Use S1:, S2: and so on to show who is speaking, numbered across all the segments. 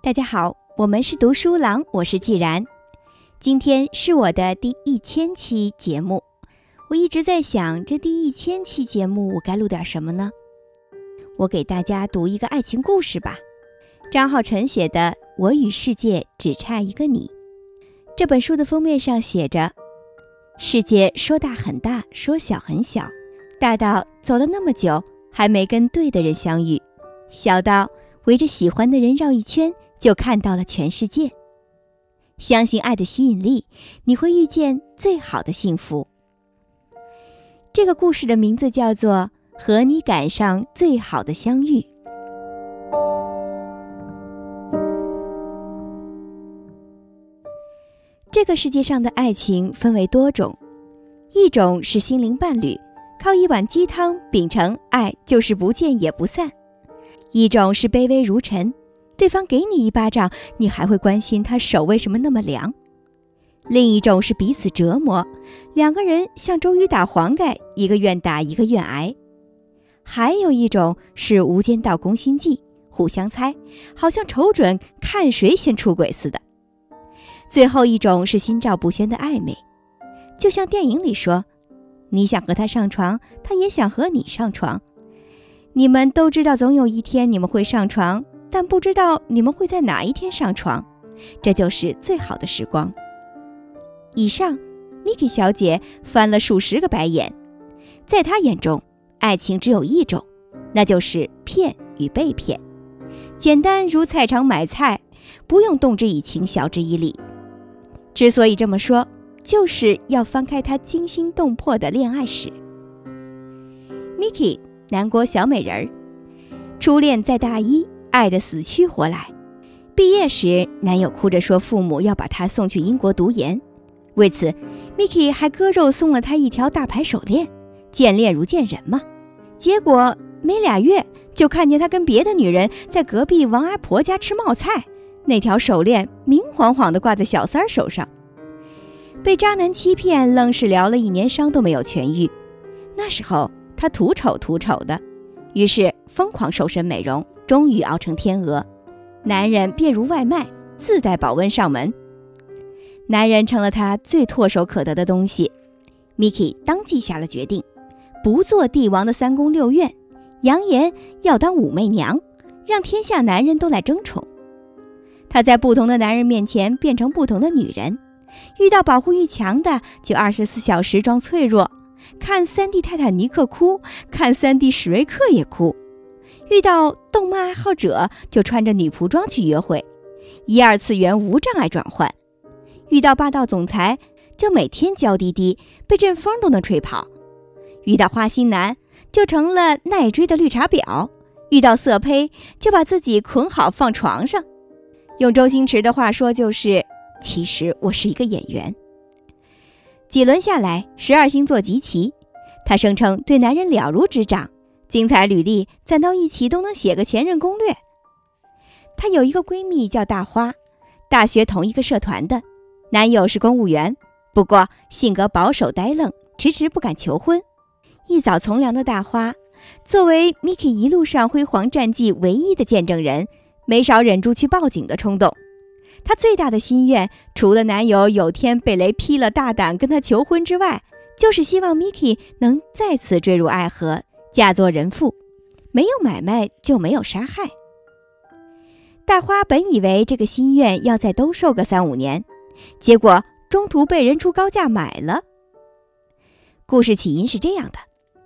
S1: 大家好，我们是读书郎，我是既然。今天是我的第1000期节目，我一直在想，这第1000期节目我该录点什么呢？我给大家读一个爱情故事吧，张浩晨写的《我与世界只差一个你》。这本书的封面上写着，世界说大很大，说小很小，大到走了那么久还没跟对的人相遇，小到围着喜欢的人绕一圈就看到了全世界。相信爱的吸引力，你会遇见最好的幸福。这个故事的名字叫做《和你赶上最好的相遇》。这个世界上的爱情分为多种，一种是心灵伴侣，靠一碗鸡汤秉承爱就是不见也不散；一种是卑微如尘，对方给你一巴掌，你还会关心他手为什么那么凉；另一种是彼此折磨，两个人像周瑜打黄盖，一个愿打一个愿挨；还有一种是无间道攻心计，互相猜，好像瞅准看谁先出轨似的；最后一种是心照不宣的暧昧，就像电影里说，你想和他上床，他也想和你上床，你们都知道总有一天你们会上床，但不知道你们会在哪一天上床，这就是最好的时光。以上 Miki 小姐翻了数十个白眼，在她眼中，爱情只有一种，那就是骗与被骗，简单如菜场买菜，不用动之以情，晓之以理。之所以这么说，就是要翻开她惊心动魄的恋爱史。Miki， 南国小美人儿，初恋在大一，爱得死去活来。毕业时，男友哭着说父母要把她送去英国读研，为此 Miki 还割肉送了她一条大牌手链，见恋如见人嘛。结果没2月，就看见她跟别的女人在隔壁王阿婆家吃冒菜，那条手链明晃晃地挂在小三手上。被渣男欺骗，愣是疗了1年伤都没有痊愈。那时候她土丑的，于是疯狂瘦身美容，终于熬成天鹅，男人便如外卖，自带保温上门。男人成了她最唾手可得的东西。 Miki 当即下了决定，不做帝王的3宫6院，扬言要当武媚娘，让天下男人都来争宠。她在不同的男人面前变成不同的女人，遇到保护欲强的就24小时装脆弱，看3D 泰坦尼克哭，看3D 史瑞克也哭，遇到动漫爱好者就穿着女仆装去约会，1、2次元无障碍转换，遇到霸道总裁就每天娇滴滴，被阵风都能吹跑，遇到花心男就成了耐追的绿茶婊，遇到色胚就把自己捆好放床上。用周星驰的话说就是，其实我是一个演员。几轮下来，12星座集齐，他声称对男人了如指掌，精彩履历攒到一起都能写个前任攻略。她有一个闺蜜叫大花，大学同一个社团的，男友是公务员，不过性格保守呆愣，迟迟不敢求婚。一早从良的大花，作为 Miki 一路上辉煌战绩唯一的见证人，没少忍住去报警的冲动。她最大的心愿，除了男友有天被雷劈了大胆跟她求婚之外，就是希望 Miki 能再次坠入爱河，嫁作人妇，没有买卖就没有杀害。大花本以为这个心愿要再兜售个3、5年，结果中途被人出高价买了。故事起因是这样的，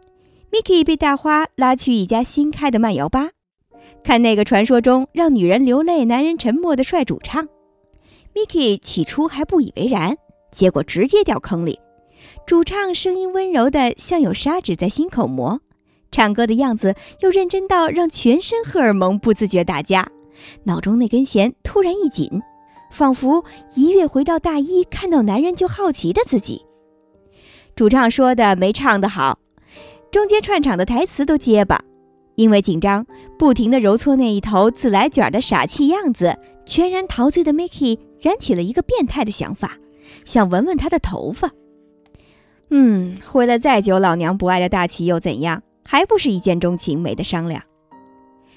S1: Miki 被大花拉去一家新开的慢摇吧，看那个传说中让女人流泪男人沉默的帅主唱。 Miki 起初还不以为然，结果直接掉坑里。主唱声音温柔的像有砂纸在心口磨，唱歌的样子又认真到让全身荷尔蒙不自觉打架，脑中那根弦突然一紧，仿佛一跃回到大一看到男人就好奇的自己。主唱说的没唱得好，中间串场的台词都结巴，因为紧张不停地揉搓那一头自来卷的傻气样子，全然陶醉的 Miki 燃起了一个变态的想法，想闻闻他的头发。挥了再久老娘不爱的大旗又怎样，还不是一见钟情没得商量。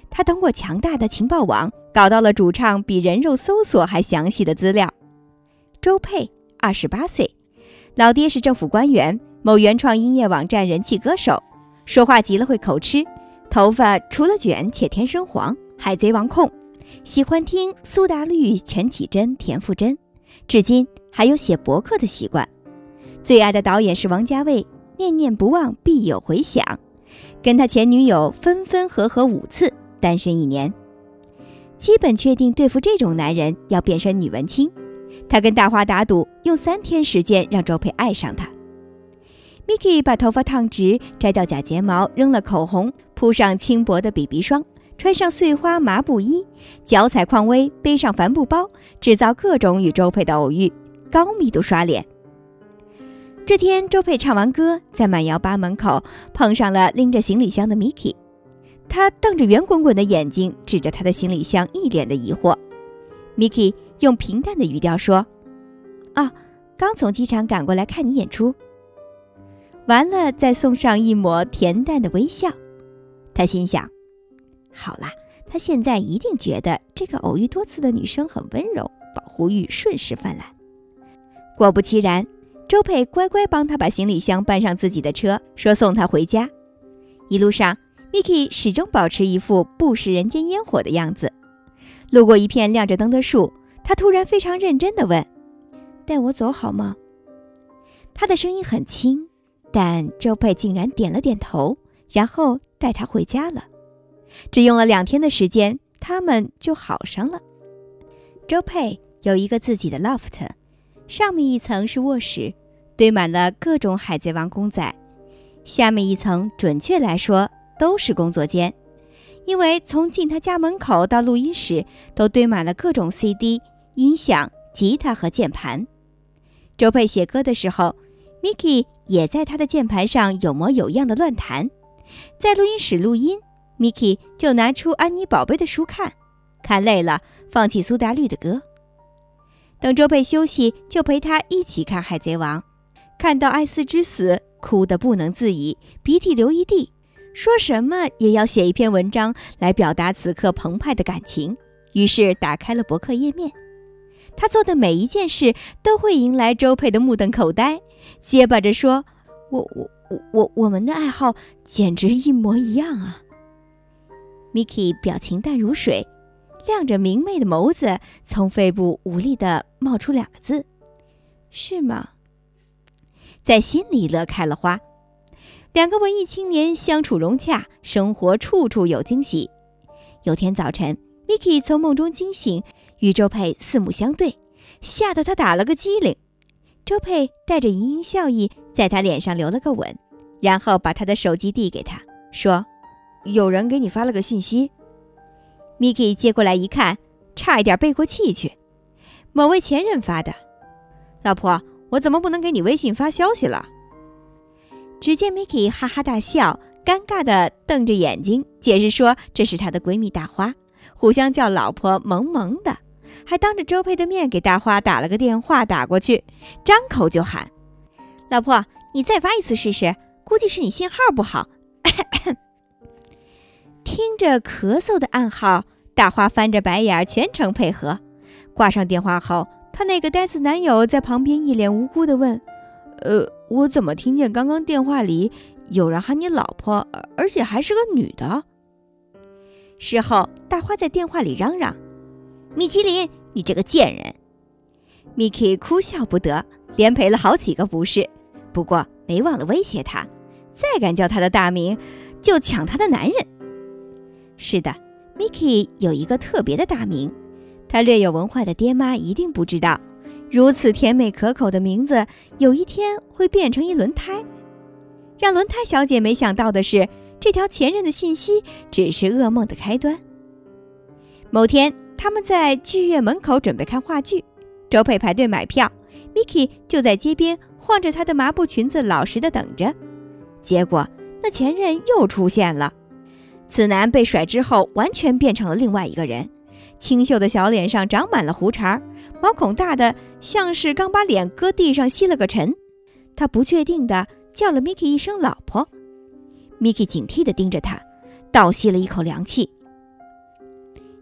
S1: 他通过强大的情报网搞到了主唱比人肉搜索还详细的资料。周佩28岁，老爹是政府官员，某原创音乐网站人气歌手，说话急了会口吃，头发除了卷且天生黄，海贼王控，喜欢听苏打绿、陈绮贞、田馥甄，至今还有写博客的习惯。最爱的导演是王家卫，念念不忘必有回响，跟他前女友分分合合5次，单身1年。基本确定对付这种男人要变身女文青，他跟大花打赌，用3天时间让周佩爱上他。Miki 把头发烫直，摘掉假睫毛，扔了口红，铺上轻薄的 BB 霜，穿上碎花麻布衣，脚踩匡威，背上帆布包，制造各种与周佩的偶遇，高密度刷脸。这天，周佩唱完歌，在满摇吧门口碰上了拎着行李箱的 Miki， 他瞪着圆滚滚的眼睛，指着他的行李箱，一脸的疑惑。Miki 用平淡的语调说：“刚从机场赶过来看你演出。”完了，再送上一抹恬淡的微笑。他心想，好啦，他现在一定觉得这个偶遇多次的女生很温柔，保护欲瞬时泛滥。果不其然，周佩乖乖帮他把行李箱搬上自己的车，说送他回家。一路上 Miki 始终保持一副不食人间烟火的样子。路过一片亮着灯的树，他突然非常认真地问：“带我走好吗？”他的声音很轻，但周佩竟然点了点头，然后带他回家了。只用了2天的时间，他们就好上了。周佩有一个自己的 loft， 上面一层是卧室，堆满了各种海贼王公仔，下面一层准确来说都是工作间，因为从进他家门口到录音室都堆满了各种 CD、音响、吉他和键盘。周佩写歌的时候， Miki 也在他的键盘上有模有样的乱弹。在录音室录音， Miki 就拿出安妮宝贝的书看，看累了放弃苏打绿的歌。等周佩休息，就陪他一起看海贼王，看到艾斯之死，哭得不能自已，鼻涕流一地，说什么也要写一篇文章来表达此刻澎湃的感情，于是打开了博客页面。他做的每一件事都会迎来周佩的目瞪口呆，结巴着说：“我们的爱好简直一模一样啊。” Miki 表情淡如水，亮着明媚的眸子，从肺部无力地冒出2个字：“是吗？”在心里乐开了花。2个文艺青年相处融洽，生活处处有惊喜。有天早晨， Miki 从梦中惊醒，与周佩四目相对，吓得他打了个激灵。周佩带着盈盈笑意，在他脸上留了个吻，然后把他的手机递给他，说：“有人给你发了个信息。” Miki 接过来一看，差一点背过气去。某位前任发的：“老婆，我怎么不能给你微信发消息了？”只见 Miki 哈哈大笑，尴尬地瞪着眼睛，解释说这是她的闺蜜大花，互相叫老婆萌萌的，还当着周佩的面给大花打了个电话打过去，张口就喊：“老婆，你再发一次试试，估计是你信号不好。”听着咳嗽的暗号，大花翻着白眼全程配合。挂上电话后，她那个呆子男友在旁边一脸无辜地问：“我怎么听见刚刚电话里有人喊你老婆，而且还是个女的？”事后，大花在电话里嚷嚷：“米其林，你这个贱人！” Miki 哭笑不得，连赔了好几个不是，不过没忘了威胁他，再敢叫他的大名，就抢他的男人。是的， Miki 有一个特别的大名，他略有文化的爹妈一定不知道，如此甜美可口的名字，有一天会变成一轮胎。让轮胎小姐没想到的是，这条前任的信息只是噩梦的开端。某天，他们在剧院门口准备看话剧，周佩排队买票， Miki 就在街边晃着她的麻布裙子老实地等着。结果那前任又出现了，此男被甩之后完全变成了另外一个人，清秀的小脸上长满了胡茬，毛孔大的像是刚把脸搁地上吸了个尘。他不确定地叫了 Miki 一声老婆。 Miki 警惕地盯着他，倒吸了一口凉气。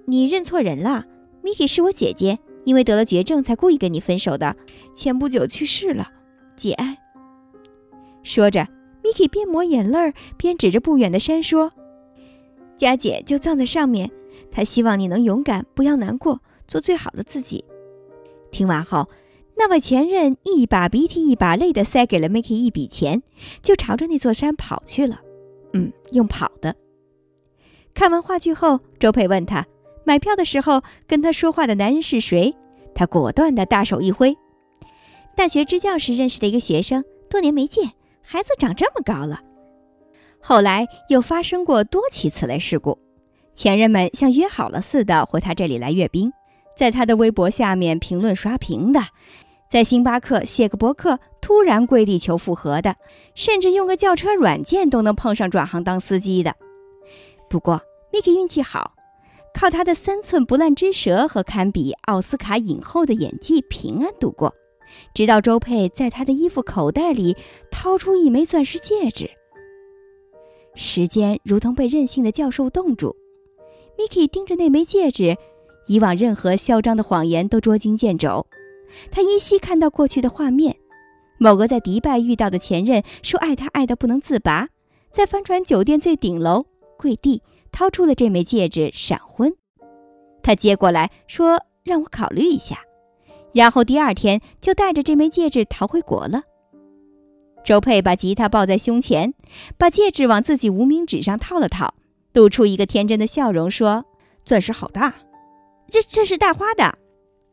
S1: 你认错人了 ，Miki 是我姐姐，因为得了绝症才故意跟你分手的，前不久去世了，节哀。说着 ，Miki 边抹眼泪边指着不远的山说：“佳姐就葬在上面，她希望你能勇敢，不要难过，做最好的自己。”听完后，那位前任一把鼻涕一把泪地塞给了 Miki 一笔钱，就朝着那座山跑去了。用跑的。看完话剧后，周佩问他买票的时候跟他说话的男人是谁，他果断地大手一挥：“大学支教时认识的一个学生，多年没见，孩子长这么高了。”后来又发生过多起此类事故，前任们像约好了似的回他这里来阅兵，在他的微博下面评论刷屏的，在星巴克写个博客突然跪地求复合的，甚至用个叫车软件都能碰上转行当司机的。不过 Miki 运气好，靠他的3寸不烂之舌和堪比奥斯卡影后的演技平安度过，直到周佩在他的衣服口袋里掏出一枚钻石戒指。时间如同被任性的教授冻住， Miki 盯着那枚戒指，以往任何嚣张的谎言都捉襟见肘。他依稀看到过去的画面，某个在迪拜遇到的前任说爱他爱得不能自拔，在帆船酒店最顶楼跪地掏出了这枚戒指闪婚。他接过来说让我考虑一下，然后第2天就带着这枚戒指逃回国了。周佩把吉他抱在胸前，把戒指往自己无名指上套了套，露出一个天真的笑容说：“钻石好大，这是大花的。”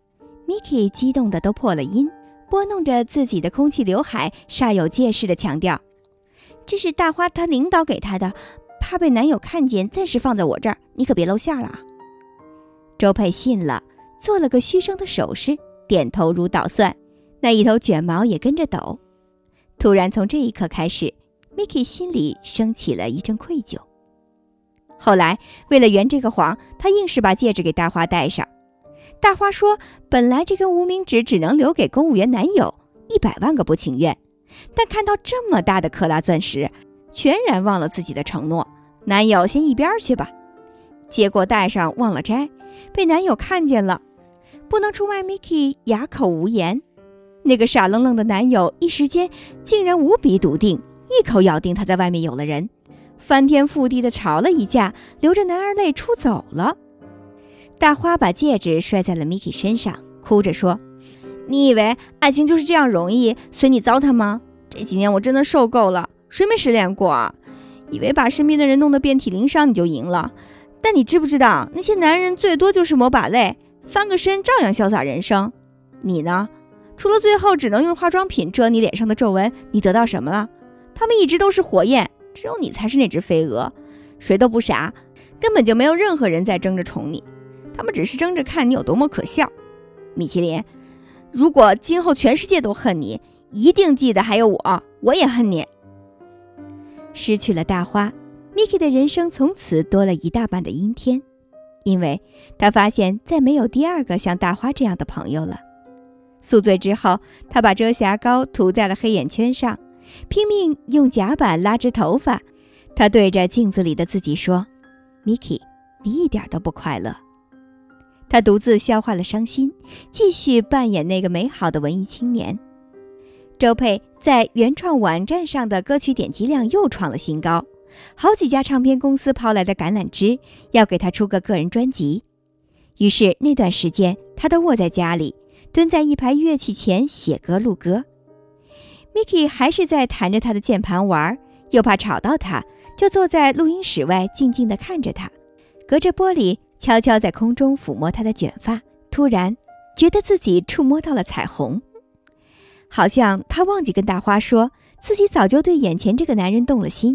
S1: Miki 激动的都破了音，拨弄着自己的空气刘海，煞有介事地强调：“这是大花她领导给她的，怕被男友看见，暂时放在我这儿，你可别露馅了。”周佩信了，做了个虚声的手势，点头如捣蒜，那一头卷毛也跟着抖。突然从这一刻开始， Miki 心里升起了一阵愧疚。后来为了圆这个谎，他硬是把戒指给大花戴上。大花说本来这根无名指只能留给公务员男友，100万个不情愿，但看到这么大的克拉钻石，全然忘了自己的承诺，男友先一边去吧。结果戴上忘了摘，被男友看见了，不能出卖 Miki 哑口无言。那个傻愣愣的男友一时间竟然无比笃定，一口咬定他在外面有了人，翻天覆地的吵了一架，流着男儿泪出走了。大花把戒指摔在了 Miki 身上，哭着说：“你以为爱情就是这样容易，随你糟蹋吗？这几年我真的受够了，谁没失恋过啊？以为把身边的人弄得遍体鳞伤你就赢了，但你知不知道那些男人最多就是抹把泪，翻个身照样潇洒人生。你呢？除了最后只能用化妆品遮你脸上的皱纹，你得到什么了？他们一直都是火焰，只有你才是那只飞蛾。谁都不傻，根本就没有任何人在争着宠你，他们只是争着看你有多么可笑。米其林，如果今后全世界都恨你，一定记得还有我也恨你。”失去了大花， Miki 的人生从此多了一大半的阴天，因为他发现再没有第2个像大花这样的朋友了。宿醉之后，他把遮瑕膏涂在了黑眼圈上，拼命用夹板拉直头发。他对着镜子里的自己说：“ Miki， 你一点都不快乐。”他独自消化了伤心，继续扮演那个美好的文艺青年。周佩在原创网站上的歌曲点击量又创了新高，好几家唱片公司抛来的橄榄枝，要给他出个个人专辑。于是那段时间，他都窝在家里，蹲在一排乐器前写歌录歌。 Miki 还是在弹着他的键盘玩，又怕吵到他，就坐在录音室外静静地看着他，隔着玻璃悄悄在空中抚摸他的卷发，突然觉得自己触摸到了彩虹，好像他忘记跟大花说自己早就对眼前这个男人动了心。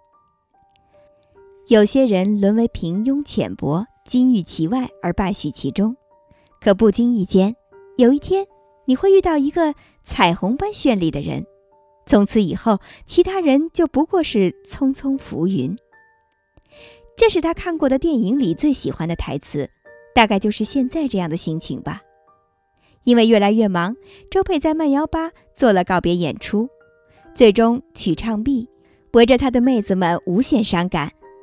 S1: 有些人沦为平庸浅薄，金玉其外而败絮其中，可不经意间，有一天你会遇到一个彩虹般绚丽的人，从此以后其他人就不过是匆匆浮云。这是他看过的电影里最喜欢的台词，大概就是现在这样的心情吧。因为越来越忙，周佩在慢摇吧做了告别演出，最终曲唱毕，围着他的妹子们无限伤感。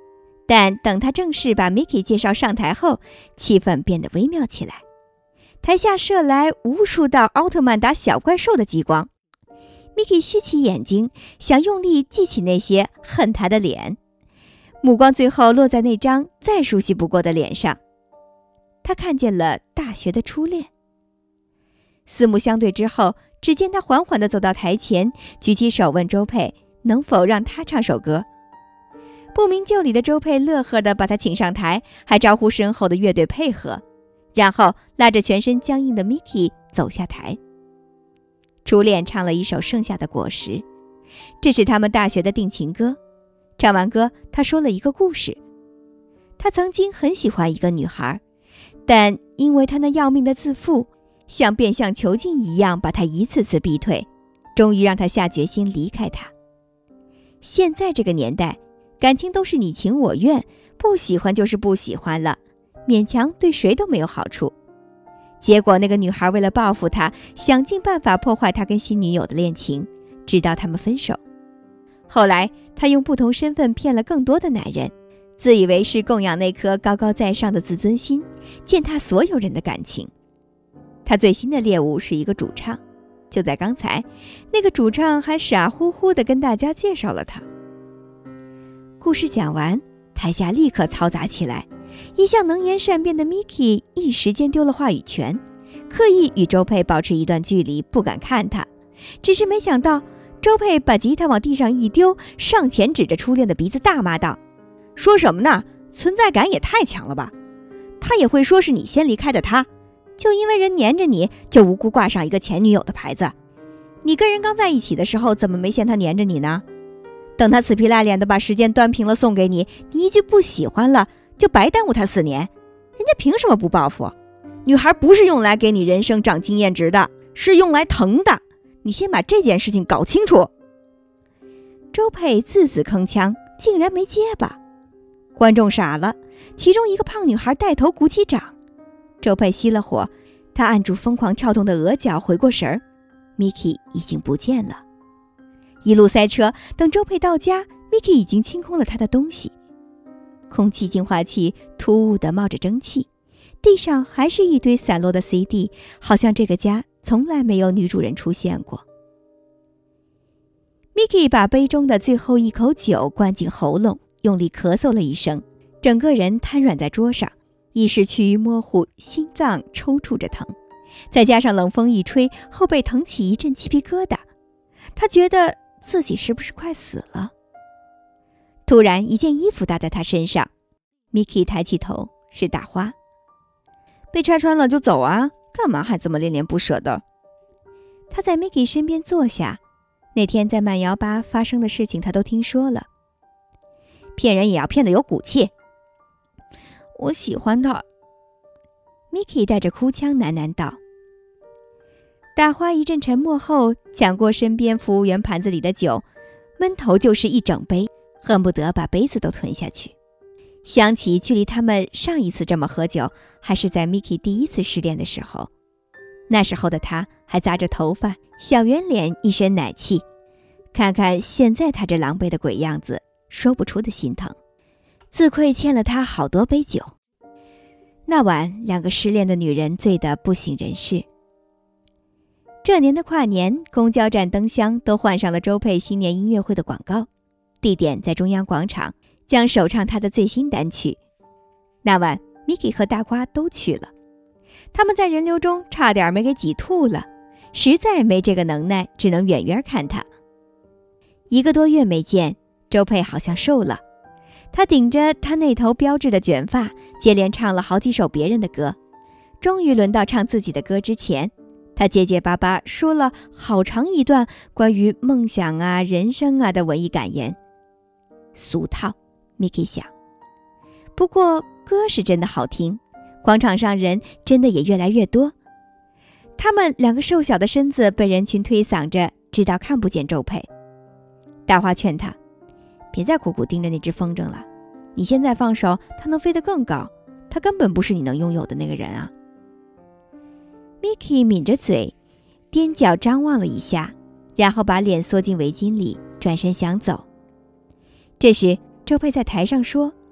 S1: 但等他正式把 Mickey 介绍上台后，气氛变得微妙起来。台下射来无数道奥特曼打小怪兽的激光。Mickey 虚起眼睛，想用力记起那些恨他的脸，目光最后落在那张再熟悉不过的脸上。他看见了大学的初恋。四目相对之后，只见他缓缓地走到台前，举起手问周佩能否让他唱首歌。不明就里的周佩乐呵地把他请上台，还招呼身后的乐队配合，然后拉着全身僵硬的 Mickey 走下台。初恋唱了一首《剩下的果实》，这是他们大学的定情歌。唱完歌，他说了一个故事。他曾经很喜欢一个女孩，但因为他那要命的自负，像变相囚禁一样把他一次次逼退，终于让他下决心离开他。现在这个年代，感情都是你情我愿，不喜欢就是不喜欢了，勉强对谁都没有好处。结果那个女孩为了报复他，想尽办法破坏他跟新女友的恋情，直到他们分手。后来他用不同身份骗了更多的男人，自以为是供养那颗高高在上的自尊心，践踏所有人的感情。他最新的猎物是一个主唱，就在刚才，那个主唱还傻乎乎地跟大家介绍了他。故事讲完，台下立刻嘈杂起来，一向能言善辩的 Mickey 一时间丢了话语权，刻意与周佩保持一段距离，不敢看他。只是没想到，周佩把吉他往地上一丢，上前指着初恋的鼻子大骂道：说什么呢？存在感也太强了吧！他也会说是你先离开的他，就因为人黏着你，就无辜挂上一个前女友的牌子。你跟人刚在一起的时候，怎么没嫌他黏着你呢？等他死皮赖脸的把时间端平了送给你，你一句不喜欢了，就白耽误他4年。人家凭什么不报复？女孩不是用来给你人生长经验值的，是用来疼的。你先把这件事情搞清楚。周佩字字铿锵，竟然没结巴。观众傻了，其中一个胖女孩带头鼓起掌。周佩熄了火，她按住疯狂跳动的额角，回过神儿 ，Mickey 已经不见了。一路塞车，等周佩到家， Mickey 已经清空了他的东西。空气净化器突兀地冒着蒸汽，地上还是一堆散落的 CD， 好像这个家从来没有女主人出现过。Mickey 把杯中的最后一口酒灌进喉咙，用力咳嗽了一声，整个人瘫软在桌上，意识趋于模糊，心脏抽搐着疼，再加上冷风一吹，后背腾起一阵鸡皮疙瘩。他觉得自己是不是快死了？突然，一件衣服搭在他身上。Mickey 抬起头，是大花。被拆穿了就走啊，干嘛还这么恋恋不舍的？他在 Mickey 身边坐下。那天在慢摇吧发生的事情他都听说了。骗人也要骗得有骨气。我喜欢他。Mickey 带着哭腔喃喃道。大花一阵沉默后，抢过身边服务员盘子里的酒，闷头就是一整杯，恨不得把杯子都吞下去。想起距离他们上一次这么喝酒，还是在 Mickey 第一次失恋的时候。那时候的他还扎着头发，小圆脸，一身奶气。看看现在他这狼狈的鬼样子，说不出的心疼。自愧欠了他好多杯酒。那晚，两个失恋的女人醉得不省人事。这年的跨年，公交站灯箱都换上了周佩新年音乐会的广告，地点在中央广场，将首唱他的最新单曲。那晚 Mickey 和大瓜都去了，他们在人流中差点没给挤吐了，实在没这个能耐，只能远远看他。1个多月没见，周佩好像瘦了，他顶着他那头标致的卷发，接连唱了好几首别人的歌。终于轮到唱自己的歌之前，他结结巴巴说了好长一段关于梦想啊、人生啊的文艺感言。俗套 ，Mickey 想。不过歌是真的好听，广场上人真的也越来越多。他们2个瘦小的身子被人群推搡着，直到看不见周佩。大花劝他，别再苦苦盯着那只风筝了，你现在放手，它能飞得更高，它根本不是你能拥有的那个人啊。Mickey 抿着嘴，踮脚张望了一下，然后把脸缩进围巾里，转身想走。这时，周佩在台上说：“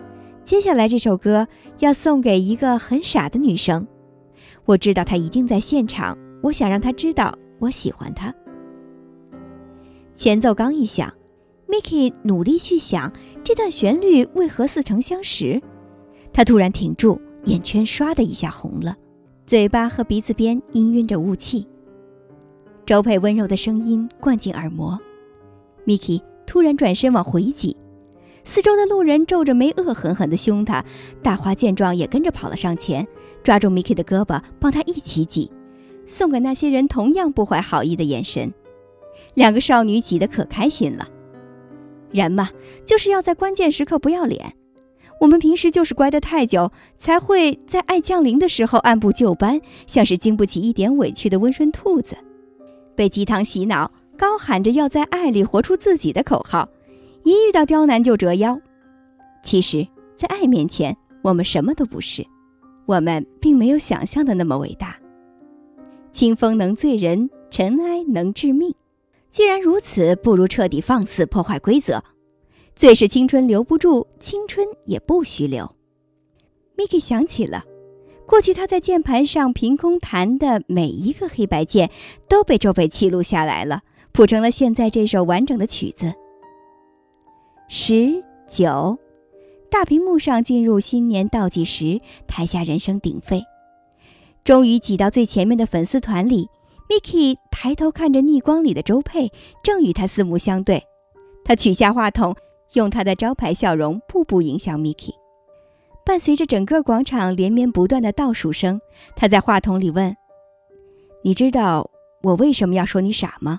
S1: 接下来这首歌要送给一个很傻的女生，我知道她一定在现场，我想让她知道我喜欢她。前奏刚一响， Mickey 努力去想这段旋律为何似曾相识，他突然停住，眼圈唰的一下红了，嘴巴和鼻子边氤氲着雾气。周佩温柔的声音灌进耳膜， Mickey 突然转身往回挤，四周的路人皱着眉恶狠狠地凶他，大花见状也跟着跑了上前，抓住 Mickey 的胳膊帮他一起挤，送给那些人同样不怀好意的眼神。两个少女挤得可开心了。人嘛，就是要在关键时刻不要脸，我们平时就是乖得太久，才会在爱降临的时候按部就班，像是经不起一点委屈的温顺兔子，被鸡汤洗脑，高喊着要在爱里活出自己的口号，一遇到刁难就折腰。其实在爱面前，我们什么都不是，我们并没有想象的那么伟大。清风能醉人，尘埃能致命，既然如此，不如彻底放肆破坏规则。最是青春留不住，青春也不许留。 Mickey 想起了过去他在键盘上凭空弹的每一个黑白键都被周佩记录下来了，谱成了现在这首完整的曲子。10、9，大屏幕上进入新年倒计时，台下人声鼎沸。终于挤到最前面的粉丝团里， Mickey 抬头看着逆光里的周佩，正与他四目相对。他取下话筒，用他的招牌笑容步步迎向 Mickey。 伴随着整个广场连绵不断的倒数声，他在话筒里问：你知道我为什么要说你傻吗？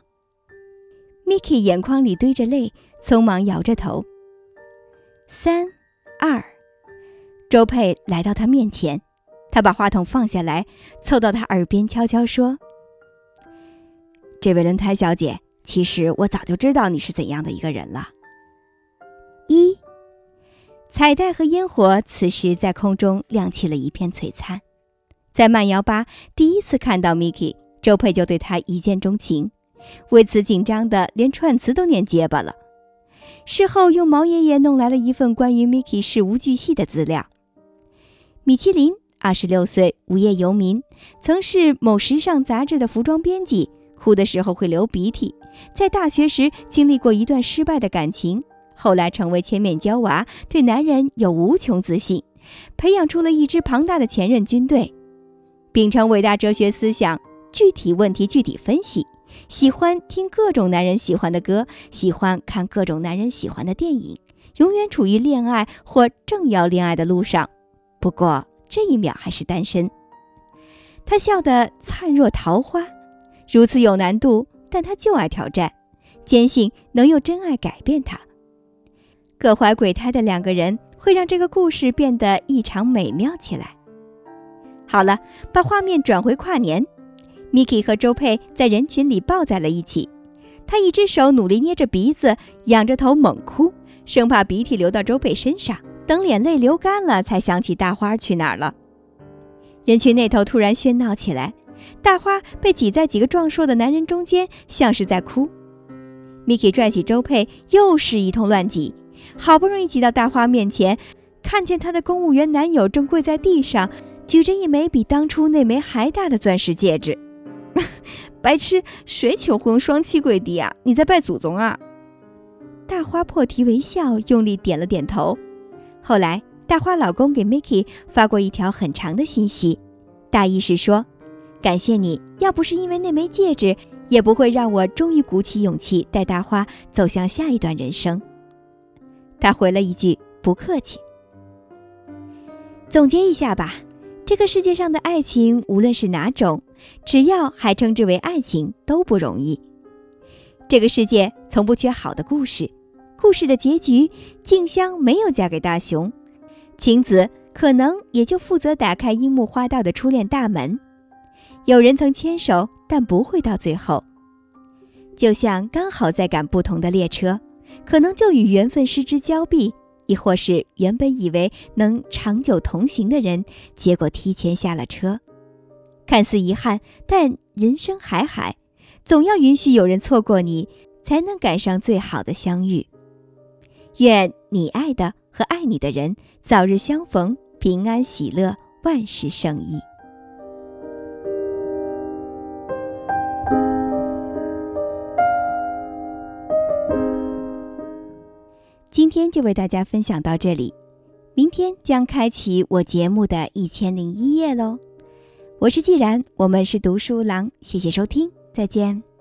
S1: Mickey 眼眶里堆着泪，匆忙摇着头。3、2，周佩来到他面前，他把话筒放下来，凑到他耳边悄悄说：这位轮胎小姐，其实我早就知道你是怎样的一个人了。1，彩带和烟火此时在空中亮起了一片璀璨。在慢摇吧第一次看到 Mickey， 周佩就对他一见钟情，为此紧张的连串词都念结巴了。事后用毛爷爷弄来了一份关于 Mickey 事无巨细的资料。米其林26岁，无业游民，曾是某时尚杂志的服装编辑，哭的时候会流鼻涕，在大学时经历过一段失败的感情，后来成为千面娇娃，对男人有无穷自信，培养出了一支庞大的前任军队，秉承伟大哲学思想，具体问题具体分析，喜欢听各种男人喜欢的歌，喜欢看各种男人喜欢的电影，永远处于恋爱或正要恋爱的路上，不过这一秒还是单身。他笑得灿若桃花，如此有难度，但他就爱挑战，坚信能用真爱改变他。各怀鬼胎的两个人会让这个故事变得异常美妙起来。好了，把画面转回跨年， Mickey 和周佩在人群里抱在了一起，他一只手努力捏着鼻子，仰着头猛哭，生怕鼻涕流到周佩身上，等眼泪流干了才想起大花去哪儿了。人群那头突然喧闹起来，大花被挤在几个壮硕的男人中间，像是在哭。 Mickey 拽起周佩，又是一通乱挤，好不容易挤到大花面前，看见她的公务员男友正跪在地上，举着一枚比当初那枚还大的钻石戒指。白痴，谁求婚双膝跪地啊？你在拜祖宗啊？大花破涕为笑，用力点了点头。后来大花老公给 Mickey 发过一条很长的信息，大意是说，感谢你，要不是因为那枚戒指，也不会让我终于鼓起勇气带大花走向下一段人生。他回了一句，不客气。总结一下吧，这个世界上的爱情无论是哪种，只要还称之为爱情都不容易。这个世界从不缺好的故事，故事的结局，静香没有嫁给大雄，晴子可能也就负责打开樱木花道的初恋大门。有人曾牵手，但不会到最后。就像刚好在赶不同的列车，可能就与缘分失之交臂，亦或是原本以为能长久同行的人，结果提前下了车。看似遗憾，但人生海海，总要允许有人错过你，才能赶上最好的相遇。愿你爱的和爱你的人早日相逢，平安喜乐，万事胜意。今天就为大家分享到这里，明天将开启我节目的1001页咯。我是既然，我们是读书郎，谢谢收听，再见。